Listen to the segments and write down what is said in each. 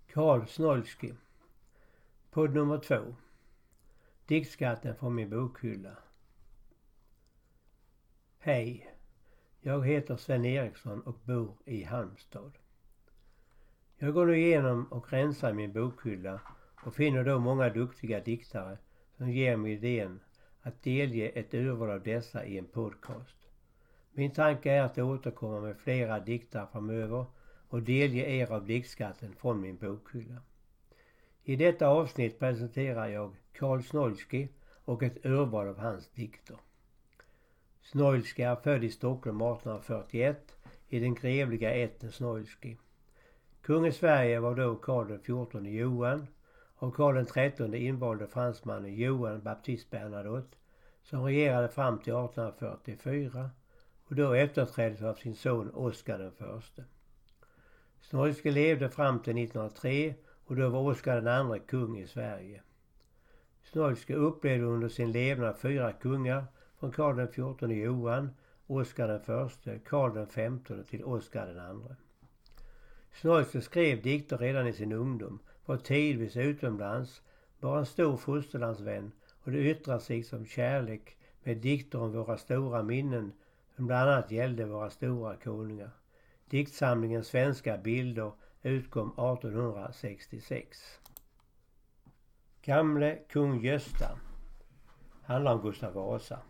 Karl Snoilsky. Podd nummer 2. Diktskatten från min bokhylla. Hej, jag heter Sven Eriksson och bor i Halmstad. Jag går nu igenom och rensar min bokhylla och finner då många duktiga diktare som ger mig idén att delge ett urval av dessa i en podcast. Min tanke är att återkomma med flera dikter framöver och delge er av diktskatten från min bokhylla. I detta avsnitt presenterar jag Karl Snoilsky och ett urval av hans dikter. Snoilsky är född i Stockholm 1841 i den grevliga ätten Snoilsky. Kung i Sverige var då Karl XIV Johan och Karl XIII invalde fransmannen Johan Baptiste Bernadotte som regerade fram till 1844 och då efterträddes av sin son Oscar I. Snoilsky levde fram till 1903 och då var Oscar II kung i Sverige. Snoilsky upplevde under sin levnad 4 kungar från Karl XIV Johan, Oscar I, Karl XV till Oscar II. Snoilsky skrev dikter redan i sin ungdom, var tidvis utomlands, var en stor fosterlandsvän och det yttrar sig som kärlek med dikter om våra stora minnen som bland annat gällde våra stora konungar. Diktsamlingen Svenska bilder utkom 1866. Gamle kung Gösta handlar om Gustav Vasa.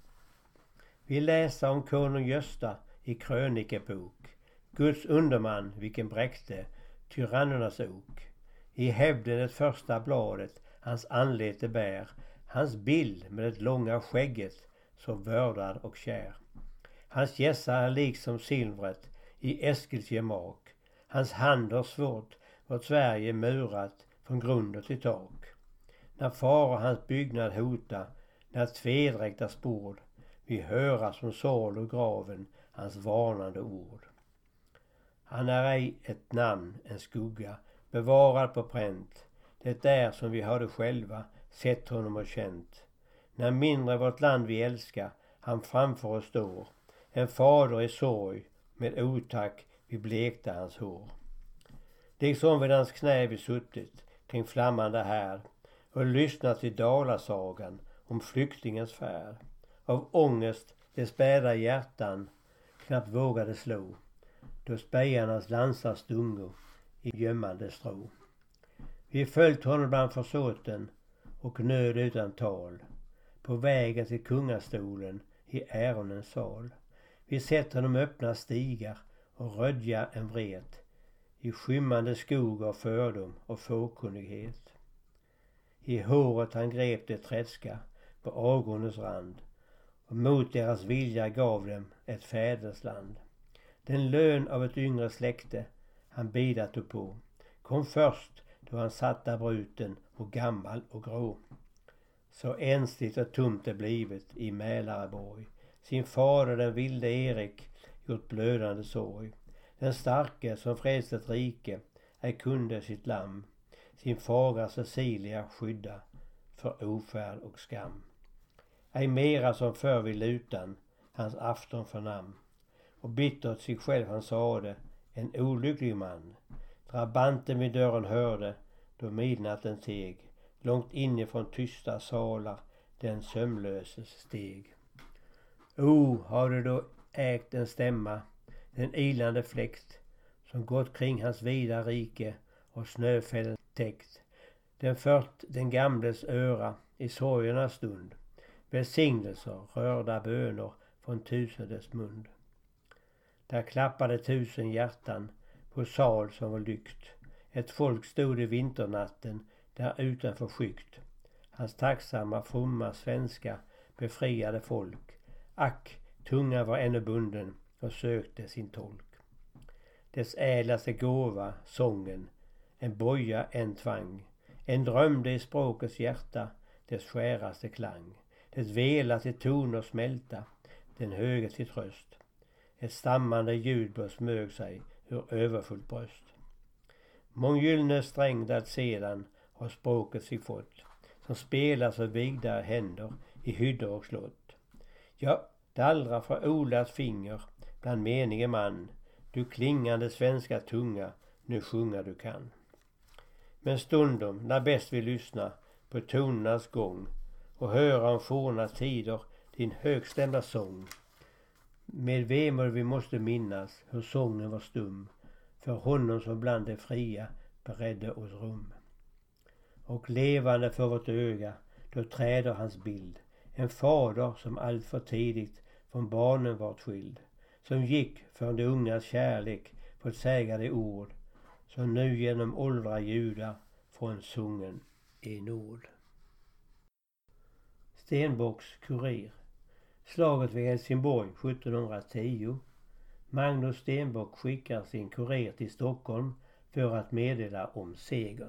Vi läser om konung Gösta i krönikebok. Guds underman vilken bräckte tyrannernas ok. I hävden det första bladet hans anlete bär. Hans bild med det långa skägget så vördad och kär. Hans gässa är liksom silvret i Eskils gemak. Hans hand har svårt vårt Sverige murat från grunder till tak. När fara hans byggnad hota, när tvedräkta spord, vi höra som sorg och graven hans varnande ord. Han är ej ett namn, en skugga, bevarad på pränt. Det är som vi hade själva sett honom och känt. När mindre vårt land vi älskar, han framför oss står. En fader i sorg, med otack vi blekta hans hår. Liksom vid hans knä vi suttit kring flammande här och lyssnat till dalasagan om flyktingens färd. Av ångest det späda hjärtan knappt vågade slå, då spejarnas lansar stungo i gömmande strå. Vi följt honom bland försåten och nöd utan tal, på vägen till kungastolen i äronens sal. Vi sett honom öppna stigar och rödja en vret, i skymmande skog av fördom och fåkunnighet. I håret han grep det trädska på avgrundens rand, och mot deras vilja gav dem ett fädersland. Den lön av ett yngre släkte han bidat på, kom först då han satt där bruten och gammal och grå. Så ensligt och tomt det blivit i Mälareborg, sin fader den vilde Erik gjort blödande sorg. Den starke som frälst ett rike ej kunde sitt lamm, sin fagra Cecilia skydda för ofärd och skam. Ej mera som förr vid lutan hans afton förnam, och bittert sig själv han sade, en olycklig man. Drabanten vid dörren hörde, då midnatten teg, långt inifrån tysta salar den sömnlöses steg. Hade då ägt en stämma, den ilande fläkt, som gått kring hans vida rike och snöfällen täckt. Den fört den gamles öra i sorgernas stund, välsignelser, rörda böner från tusendes mund. Där klappade 1000 hjärtan på sal som var lykt. Ett folk stod i vinternatten där utanför skykt. Hans tacksamma, fromma svenska befriade folk. Ack, tunga var ännu bunden och sökte sin tolk. Dess ädlaste gåva, sången, en boja, en tvang. En drömde i språkets hjärta, dess skäraste klang. Det vela till toner smälta, den höge till tröst. Ett stammande ljud smög sig ur överfullt bröst. Månggyllne sträng där sedan har språket sig fått, som spelas av vigda händer i hyddor och slott. Ja, dallra för odlat finger bland menige man, du klingande svenska tunga, nu sjunga du kan. Men stundom när bäst vi lyssna på tonernas gång och höra om forna tider din högstämda sång. Med vemod vi måste minnas hur sången var stum för honom som bland det fria beredde oss rum. Och levande för vårt öga då träder hans bild, en fader som allt för tidigt från barnen vart skild, som gick för de ungas kärlek fått säga det ord som nu genom åldrar judar från sungen i nord. Stenbocks kurir. Slaget vid Helsingborg 1710. Magnus Stenbock skickar sin kurir till Stockholm för att meddela om segern.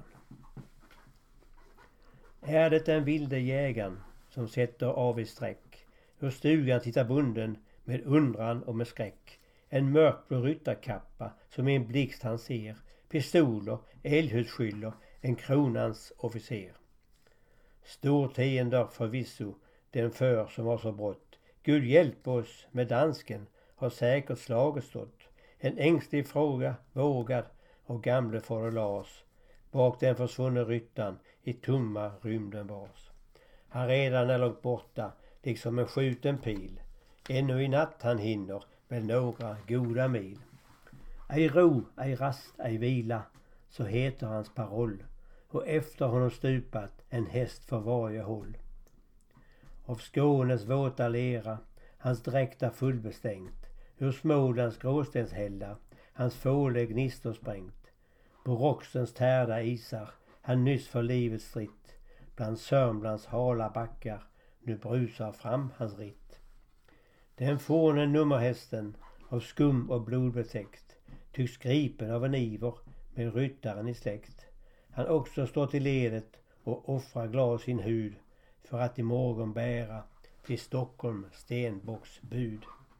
Är det den vilde jägaren som sätter av i sträck, ur stugan tittar bunden med undran och med skräck. En mörkblå ryttarkappa som i en blixt han ser, pistoler, eldhusskyller, en kronans officer. Stor tiender förvisso den för som var så brott. Gud hjälp oss med dansken har säkert slaget stått. En ängslig fråga vågad och gamle fordelas. Bak den försvunne ryttan i tomma rymden bas. Han redan är långt borta liksom en skjuten pil. Ännu i natt han hinner med några goda mil. Ej ro, ej rast, ej vila, så heter hans paroll. Och efter honom stupat en häst för varje håll. Av Skånes våta lera, hans dräkta fullbestängt. Ur Smålands gråstenshälla, hans fåle gnistor sprängt. På Roxens tärda isar, han nyss för livet stritt. Bland Sörmlands hala backar, nu brusar fram hans ritt. Den forne nummerhästen, av skum och blod betäckt, tycks gripen av en iver med ryttaren i släkt. Han också står till ledet och offrar glad sin hud för att imorgon bära till Stockholm Stenbocks bud.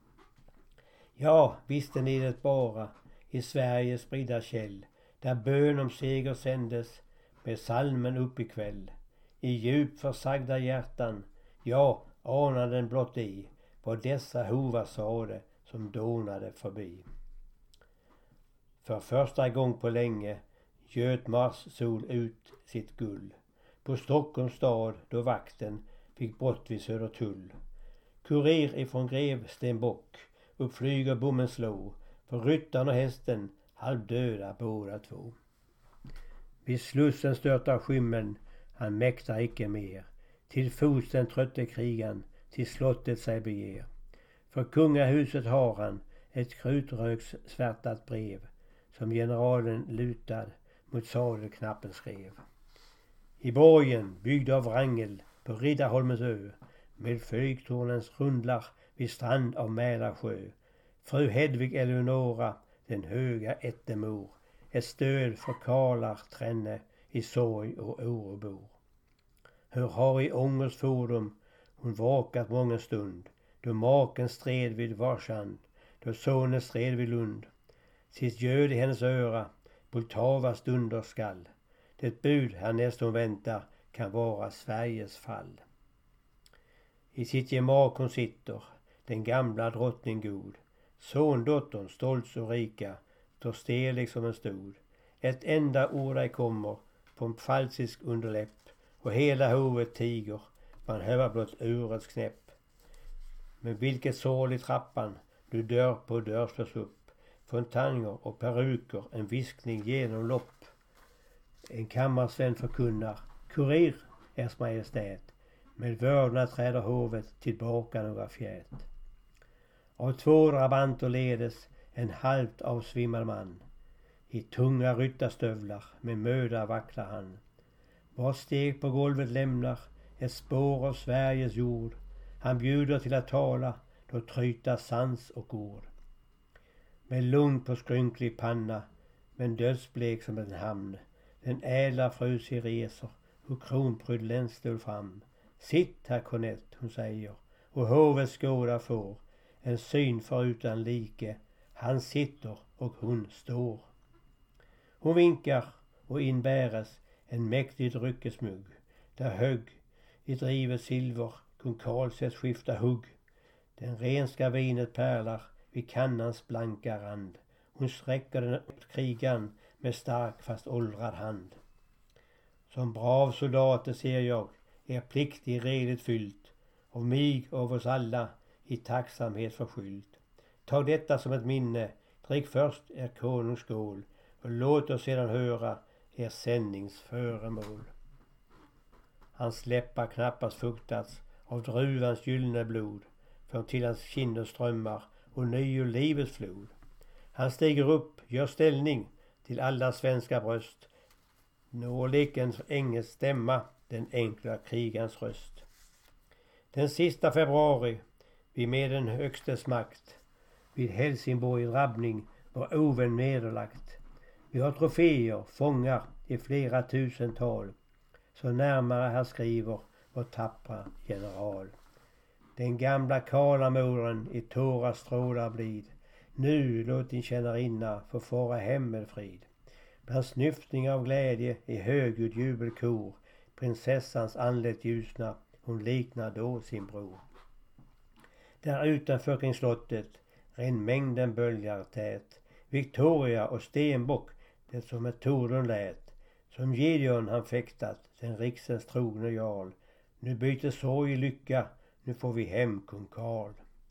Ja, visste ni det bara i Sveriges spridda käll, där bön om seger sändes med salmen upp i kväll. I djup försagda hjärtan, ja, anar den blott i vad dessa hovar sade som dånade förbi. För första gång på länge göt Mars sol ut sitt gull på Stockholms stad då vakten fick brott vid Södertull. Kurir ifrån grev Stenbock uppflyger bommen slå, för ryttaren och hästen halvdöda båda två. Vid slussen störtar skymmen, han mäktar icke mer, till fots den trötte krigan till slottet sig beger. För kungahuset har han ett krutröks svärtat brev, som generalen lutad mot sadelknappen skrev. I borgen, byggd av Wrangel på Riddarholmens ö, med flygtornens rundlar vid strand av Mälarsjö, fru Hedvig Eleonora, den höga ättemor, ett stöd för karlar tränne i sorg och oro bor. Hur har i ångest fordom hon vakat mången stund, då maken stred vid Varsand, då sonen stred vid Lund. Sitt göd i hennes öra, Poltavas dunder skall. Det bud härnäst hon väntar kan vara Sveriges fall. I sitt gemak hon sitter, den gamla drottning god. Sondottern stolt och rika, står stelig som en stod. Ett enda ord ej kommer på en pfalzisk underläpp, och hela hovet tiger, man hör blott urets knäpp. Men vilket sorl i trappan, nu dörr på dörr slås upp, fontanger och peruker, en viskning genom lopp. En kammarsvän förkunnar, kurir, ers majestät, med vördnad träder hovet tillbaka några fjät. Av 2 drabanter ledes en halvt avsvimmad man, i tunga ryttarstövlar med möda vacklar han. Var steg på golvet lämnar ett spår av Sveriges jord, han bjuder till att tala, då trytar sans och ord. Med lugn på skrynklig panna, men dödsblek som en hamn, den ädla fru sig reser, och kronprydlen stod fram. Sitt, herr Kornett, hon säger, och hovet skåda får, en syn förutan like, han sitter och hon står. Hon vinkar och inbäres en mäktig dryckesmugg, där högg i drivet silver kung Karl sätts skifta hugg. Den renska vinet pärlar vid kannans blanka rand, hon sträcker den åt krigan med stark fast åldrad hand. Som brav soldater ser jag er plikt i redet fyllt, och mig och oss alla i tacksamhet förskyllt. Tag detta som ett minne, drick först er konungs skål, och låt oss sedan höra er sändnings föremål. Hans läppar knappast fuktats av druvans gyllene blod, från till hans kinder strömmar och ny ur livets flod. Han stiger upp, gör ställning till alla svenska bröst, når lekens ängels stämma, den enkla krigens röst. Den sista februari, vi med den högstes makt, vid Helsingborg drabbning var ovän nederlagt. Vi har troféer, fångar i flera tusental, så närmare här skriver vår tappra general. Den gamla Karlamoren i tårar strålar blid, nu låt din tjänarinna få fara hem med frid. Bland snyftning av glädje i högljudd jubelkor, prinsessans anlett ljusna, hon liknar då sin bror. Där utanför kring slottet ren mängden böljar tät, Victoria och Stenbock, det som ett Tordon lät, som Gideon han fäktat, den riksens trogne jarl. Nu byter sorg i lycka, nu får vi hem kung Karl.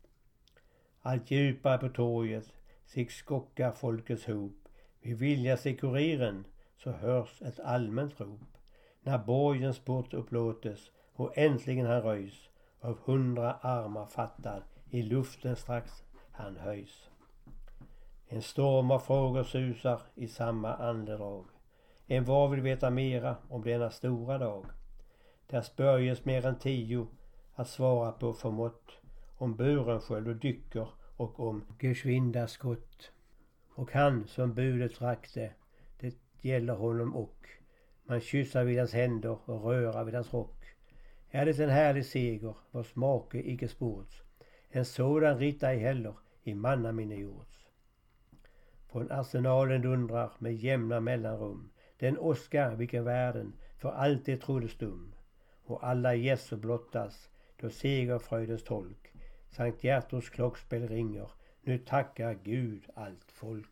Allt djupare på torget sig skockar folkets hop, vi vilja se kuriren, så hörs ett allmänt rop. När borgens port upplåtes och äntligen han röjs, av 100 armar fattad, i luften strax han höjs. En storm av frågor susar i samma andedrag. En var vill veta mera om denna stora dag. Där spörjes mer än 10 att svara på förmått, om Burensköld och Dycker och om Geschwinda skott. Och han som budet rakte, det gäller honom och man kyssar vid hans händer och röra vid hans rock. Är det en härlig seger, vars make icke sports, en sådan ritt ej heller i mannaminne gjorts. Från arsenalen dundrar med jämna mellanrum den åska vilken världen för alltid trodde stum, och alla gässor blottas då segerfröjdens tolk Sankt Gertruds klockspel ringer, nu tackar Gud allt folk.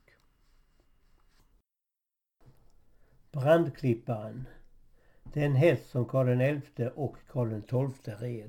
Brandklipparen, den häst som Karl XI och Karl XII red.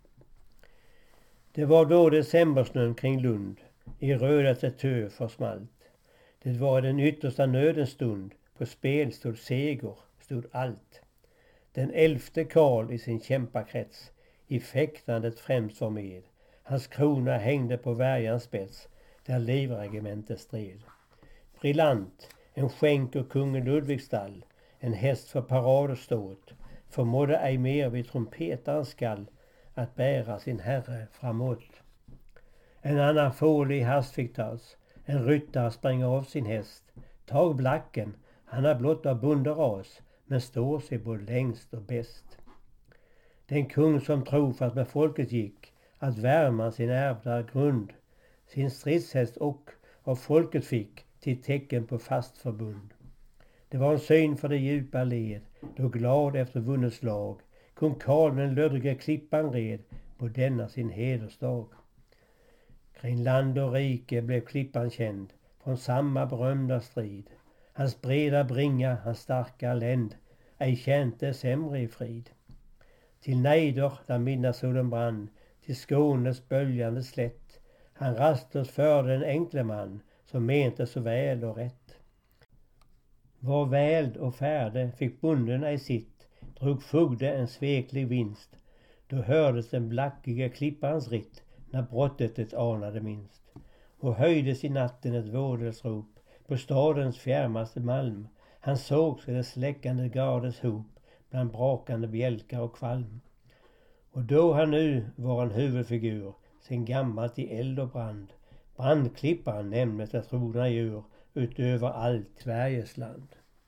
Det var då decembersnön kring Lund i rödaste tö försmalt. Det var den yttersta nödens stund, på spel stod seger, stod allt. Den 11 Karl i sin kämpakrets, i fäktandet främst var med. Hans krona hängde på värjans spets, där livregementet stred. Brillant, en skänk och kungen Ludvigs stall, en häst för parad och ståt, förmådde ej mer vid trumpetarens skall att bära sin herre framåt. En annan fålig hast fick tas, en ryttare sprang av sin häst. Tag blacken, han är blott av bonderas, men står sig både längst och bäst. Den kung som trofast med folket gick, att värma sin ärvda grund, sin stridshäst och av folket fick till tecken på fast förbund. Det var en syn för det djupa led, då glad efter vunnet slag, kung Karl den lödrige klippan red på denna sin hedersdag. Kring land och rike blev klippan känd från samma berömda strid. Hans breda bringa, hans starka länd, ej känte sämre i frid. Till nejder där midnattssolen brann, till Skånes böljande slätt, han rastlös förde en enkle man, som mente så väl och rätt. Var väld och färde fick bonden ej sitt, drog fogde en sveklig vinst. Då hördes den blackiga klippans ritt, när brottet det anade minst. Och höjdes i natten ett vårdelsrop på stadens fjärmaste malm. Han sågs i det släckande gardes hop bland brakande bjälkar och kvalm. Och då han nu var en huvudfigur, sen gammalt i eld och brand, brandklipparen nämndes det trogna djur utöver allt Sveriges land.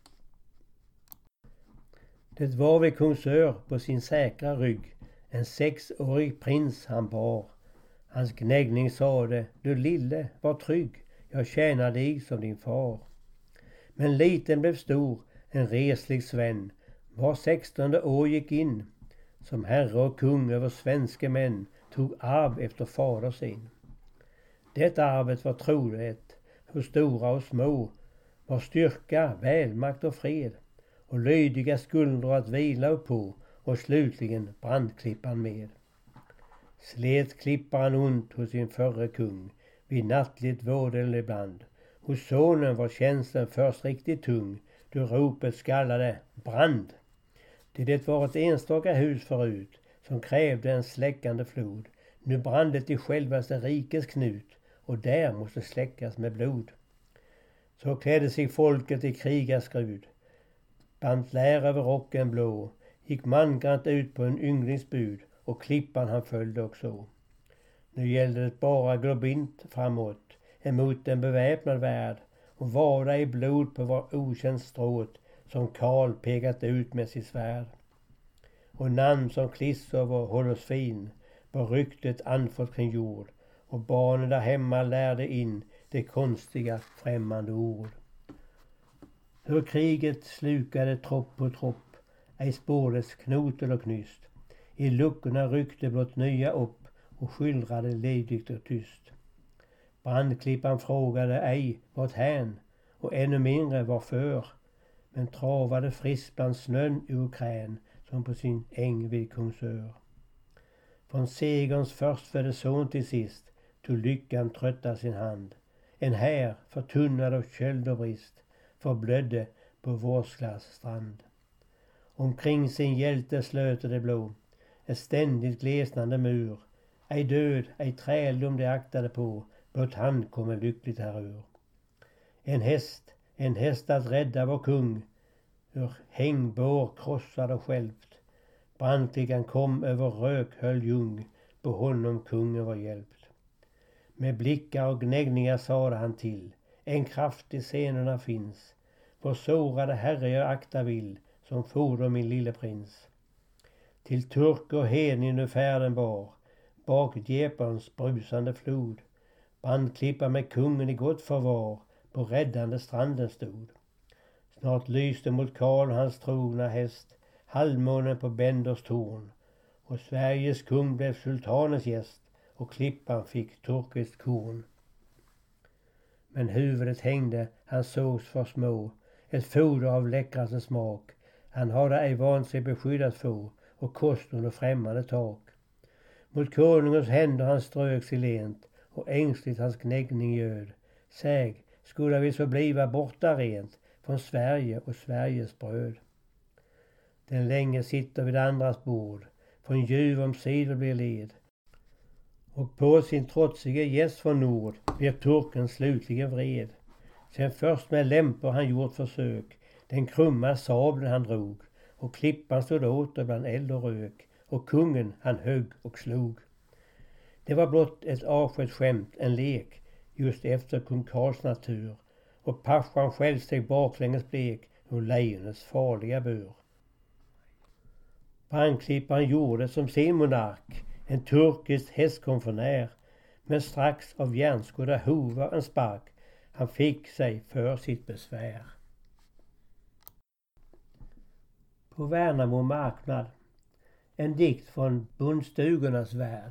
Det var vid Kungsör på sin säkra rygg en 6-årig prins han bar. Hans gnäggning sade, du lille, var trygg, jag tjänar dig som din far. Men liten blev stor, en reslig Sven, var 16:e år gick in, som herre och kung över svenska män, tog arv efter fader sin. Det arvet var trohet hos stora och små, var styrka, välmakt och fred, och lydiga skuldror att vila på och slutligen brandklippan med. Slet klipparen ont hos sin förre kung vid nattligt vårdel ibland. Hos sonen var tjänsten först riktigt tung då ropet skallade brand. Det var ett enstaka hus förut som krävde en släckande flod. Nu brann det i självaste rikets knut och där måste släckas med blod. Så klädde sig folket i krigarskrud, band lär över rocken blå, gick mangrant ut på en ynglingsbud och klippan han följde också. Nu gällde det bara globint framåt emot en beväpnad värld och vada i blod på var okänd stråt som Karl pekat ut med sitt svärd. Och namn som Klissov och Holosfin var ryktet anfört kring jord och barnen där hemma lärde in det konstiga främmande ord. Hur kriget slukade tropp på tropp, ej spårdes knot eller knyst. I luckorna ryckte blott nya upp och skildrade ledigt och tyst. Brandklippan frågade ej vart hän och ännu mindre varför, men travade friskt bland snön ur krän som på sin äng vid Kungsör. Från segerns förstfödde son till sist tog lyckan trötta sin hand. En här förtunnad av köld och brist förblödde på Vårslas strand. Omkring sin hjälte slöt det blå ett ständigt glesnande mur. Ej död, ej träldom det aktade på, blott han kommer lyckligt härur. En häst att rädda vår kung, ur hängbår krossad och skälpt. Brandklickan kom över rökhöll ljung, på honom kungen var hjälpt. Med blickar och gnäggningar sade han till, en kraft i scenerna finns. Vår sårade herre jag akta vill, som foder min lille prins. Till turk och hedning nu färden bar, bak Djeperns brusande flod. Brandklippa med kungen i gott förvar, på räddande stranden stod. Snart lyste mot Karl hans trogna häst, halvmånen på Benders torn. Och Sveriges kung blev sultanens gäst, och klippan fick turkiskt korn. Men huvudet hängde, han sågs för små, ett foder av läckraste smak. Han hade ej vant sig beskyddat få, och kost under främmande tak. Mot konungens händer han strök sig lent, och ängsligt hans gnäggning göd. Säg, skulle vi så bliva borta rent, från Sverige och Sveriges bröd. Den länge sitter vid andras bord, från ljuv om sidor blir led. Och på sin trotsige gäst från nord blir turken slutligen vred. Sen först med lämpor han gjort försök, den krumma sabeln han drog, och klippan stod åter bland eld och rök, och kungen han högg och slog. Det var blott ett avskett skämt, en lek, just efter kung Karls natur, och paschan själv steg baklänges blek ur lejonets farliga bur. Brandklippan gjorde som sin monark, en turkisk hästkonfonär, men strax av järnskodda hovar en spark, han fick sig för sitt besvär. På Värnamo marknad, en dikt från bondstugornas värld.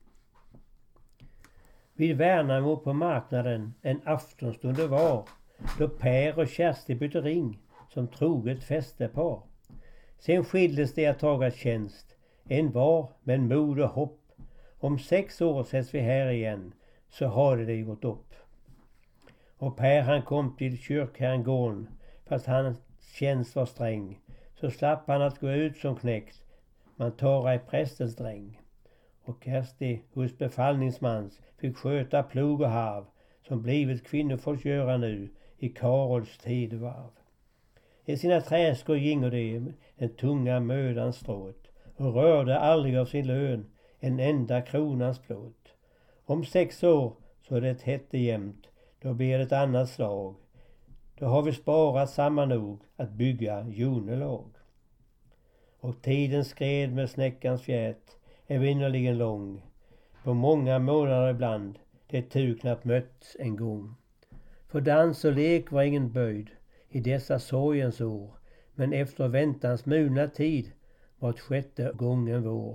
Vid Värnamo på marknaden en aftonstund det var, då Per och Kersti bytte ring som troget fästepar. Sen skildes det att taga tjänst, en var men mod och hopp. Om 6 år ses vi här igen, så hade det gjort upp. Och Per han kom till kyrkherren gården, fast hans tjänst var sträng. Så slapp han att gå ut som knäckt, man tar i prästens dräng. Och Kersti hos befallningsmans fick sköta plog och harv, som blivit kvinnofolk göra nu i Karols tidevarv. I sina träskor gingo de den tunga mödans stråt, och rörde aldrig av sin lön en enda kronans plåt. Om 6 år så det hette jämt, då blir det ett annat slag. Då har vi sparat samman nog att bygga jonelag. Och tiden skred med snäckans fjät, evinnerligen lång. På många månader ibland, det tu knappt mötts en gång. För dans och lek var ingen böjd i dessa sorgens år, men efter väntans mogna tid vart 6:e gången vår.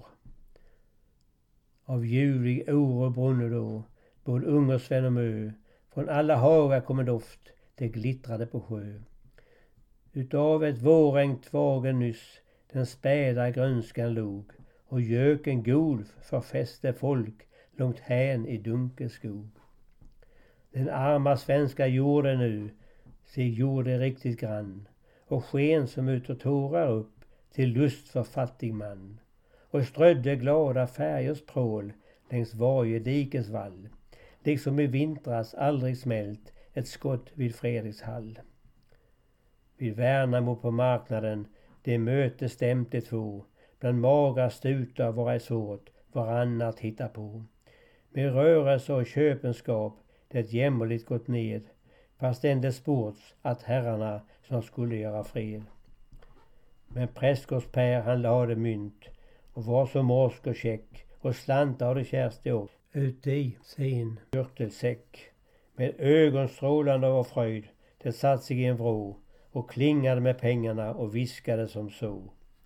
Av ljuvlig oro brunner då, både Ungersvän och mö, från alla hagar kom en doft, det glittrade på sjö. Utav ett vårregn tvagen nyss den späda grönskan log och göken gol förfäste folk långt hän i dunkel skog. Den arma svenska jorden nu sig gjorde riktigt grann och sken som utav tårar upp till lust för fattig man och strödde glada färgers prål längs varje dikes vall, liksom i vintras aldrig smält ett skott vid Fredrikshall. Vid Värnamo på marknaden det möte stämt de två, bland magra stutar var ej svårt varannat hitta på. Med rörelse och köpenskap det jämmerligt gått ned, fast det sports att herrarna snart skulle göra fred. Men prästgårdspär han lade mynt och var så morsk och käck och slantar det kärste upp uti sin kyrtelsäck. Med ögonstrålande av fröjd det satt sig i en vrå och klingade med pengarna och viskade som så.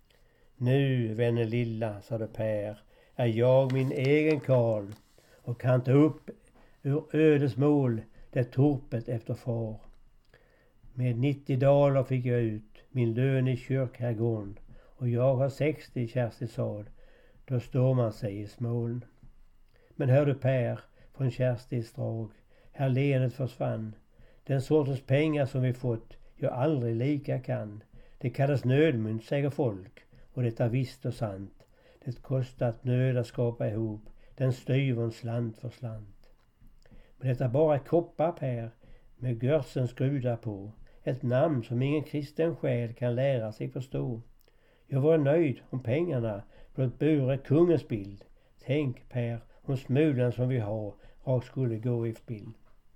Nu, vännen lilla, sade Per, är jag min egen karl och kan ta upp ur ödesmål det torpet efter far. Med 90 daler fick jag ut min lön i kyrkherrgården och jag har 60 Kerstisad, då står man sig i Smålen. Men hör du Per, från Kerstis drag, här lenet försvann. Den sortens pengar som vi fått jag aldrig lika kan. Det kallas nödmynt, säger folk, och det är visst och sant. Det kostat nöd att skapa ihop den styvern slant för slant. Men detta bara koppar Per, med görsens grudar på. Ett namn som ingen kristen själ kan lära sig förstå. Jag var nöjd om pengarna blott bure kungens bild. Tänk Per, om smulan som vi har rakt skulle gå i spill.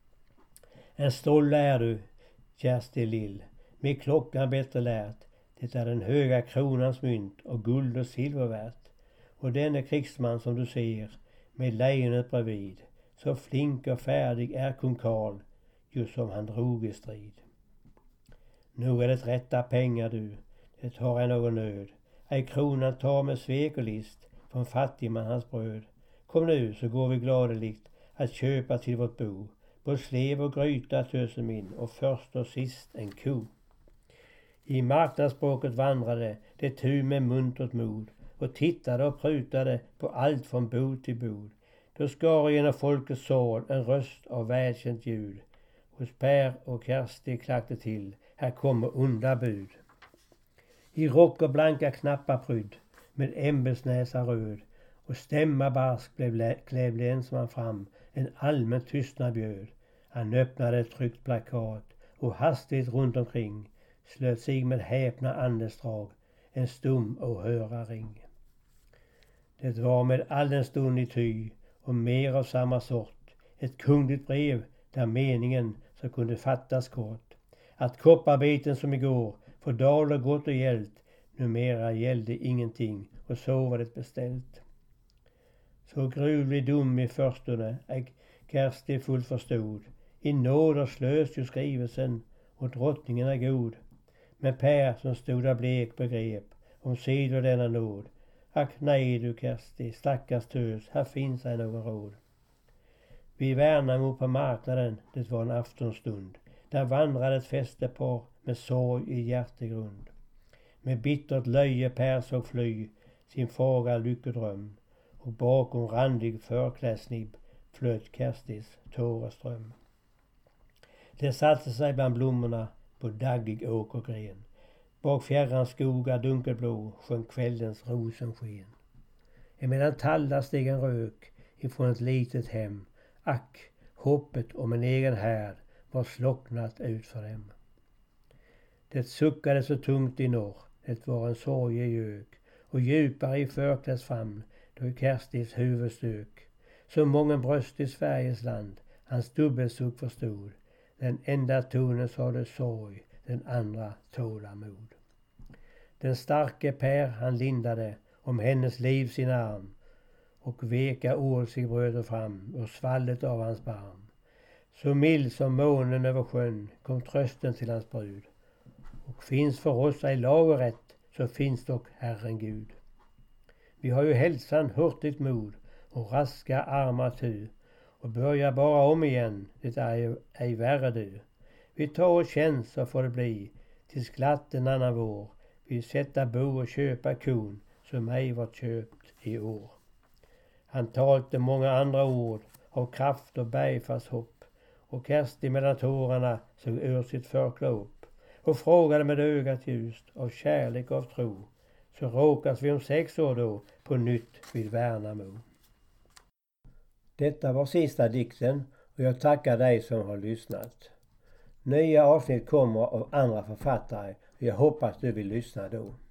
En stolle är du, Kersti lill, med klockan bättre lärt. Det är den höga kronans mynt och guld och silver värt. Och denne krigsman som du ser, med lejonet bredvid, så flink och färdig är kung Karl, just som han drog i strid. Nu är det rätta pengar du, det har ej någon nöd. Ej kronan tar med svek och list från fattigman hans bröd. Kom nu så går vi gladeligt att köpa till vårt bo. På slev och gryta tösen min och först och sist en ko. I marknadsspråket vandrade det tu med muntert mod och tittade och prutade på allt från bod till bod. Då skar genom folkets sal en röst av välkänt ljud. Hos Per och Kersti klackte till, här kommer onda bud. I rock och blanka knappar prydd, med ämbetsnäsa röd och stämma barsk klev länsman fram, en allmän tystnad bjöd. Han öppnade ett tryckt plakat och hastigt runt omkring slöt sig med häpna andesdrag en stum åhörarring. Det var med all en stund i ty och mer av samma sort, ett kungligt brev där meningen så kunde fattas kort. Att kopparbiten som igår för daler gott och hjälpt, numera gällde ingenting och så var det beställt. Så gruvlig dum i förstone Kersti fullt förstod. I nåd och slös ju skrivelsen och drottningen är god. Men Per som stod där blek begrep om sidor denna nåd. Ack nej du Kersti, stackars tös, här finns ej någon råd. Vi Värnamo på marknaden, det var en aftonstund. Där vandrade ett fästepar med sorg i hjärtegrund. Med bittert löje Per såg fly sin fagra lyckodröm. Och bakom randig förklädsnibb flöt Kerstis tåreström. Det satte sig bland blommorna på daggig åk och gren. Bak fjärran skogar dunkelblå sjönk kvällens rosensken. Emellan tallar steg en rök ifrån ett litet hem. Ack, hoppet om en egen härd var slocknat ut för dem. Det suckade så tungt i norr, det var en sorgig gök, och djupare i förkläds famn då Kerstis huvud stök. Så många bröst i Sveriges land hans dubbelsuck förstod. Den enda tonen sade sorg, den andra tålamod. Den starke Per han lindade om hennes liv sin arm, och veka ord sig bröder fram ur svallet av hans barm. Så mild som månen över sjön kom trösten till hans brud. Och finns för oss ej lag och rätt, så finns dock Herren Gud. Vi har ju hälsan, hurtigt mod och raska armar tu, och börjar bara om igen, det är ej värre du. Vi tar och känns så får det bli, tills glatt en annan vår vill sätta bo och köpa kon som ej var köpt i år. Han talte många andra ord av kraft och bergfast hopp och Kersti mellan tårarna såg ur sitt förkla upp och frågade med ögat ljust av kärlek och av tro, så råkas vi om 6 år då på nytt vid Värnamo. Detta var sista dikten och jag tackar dig som har lyssnat. Nya avsnitt kommer av andra författare och jag hoppas du vill lyssna då.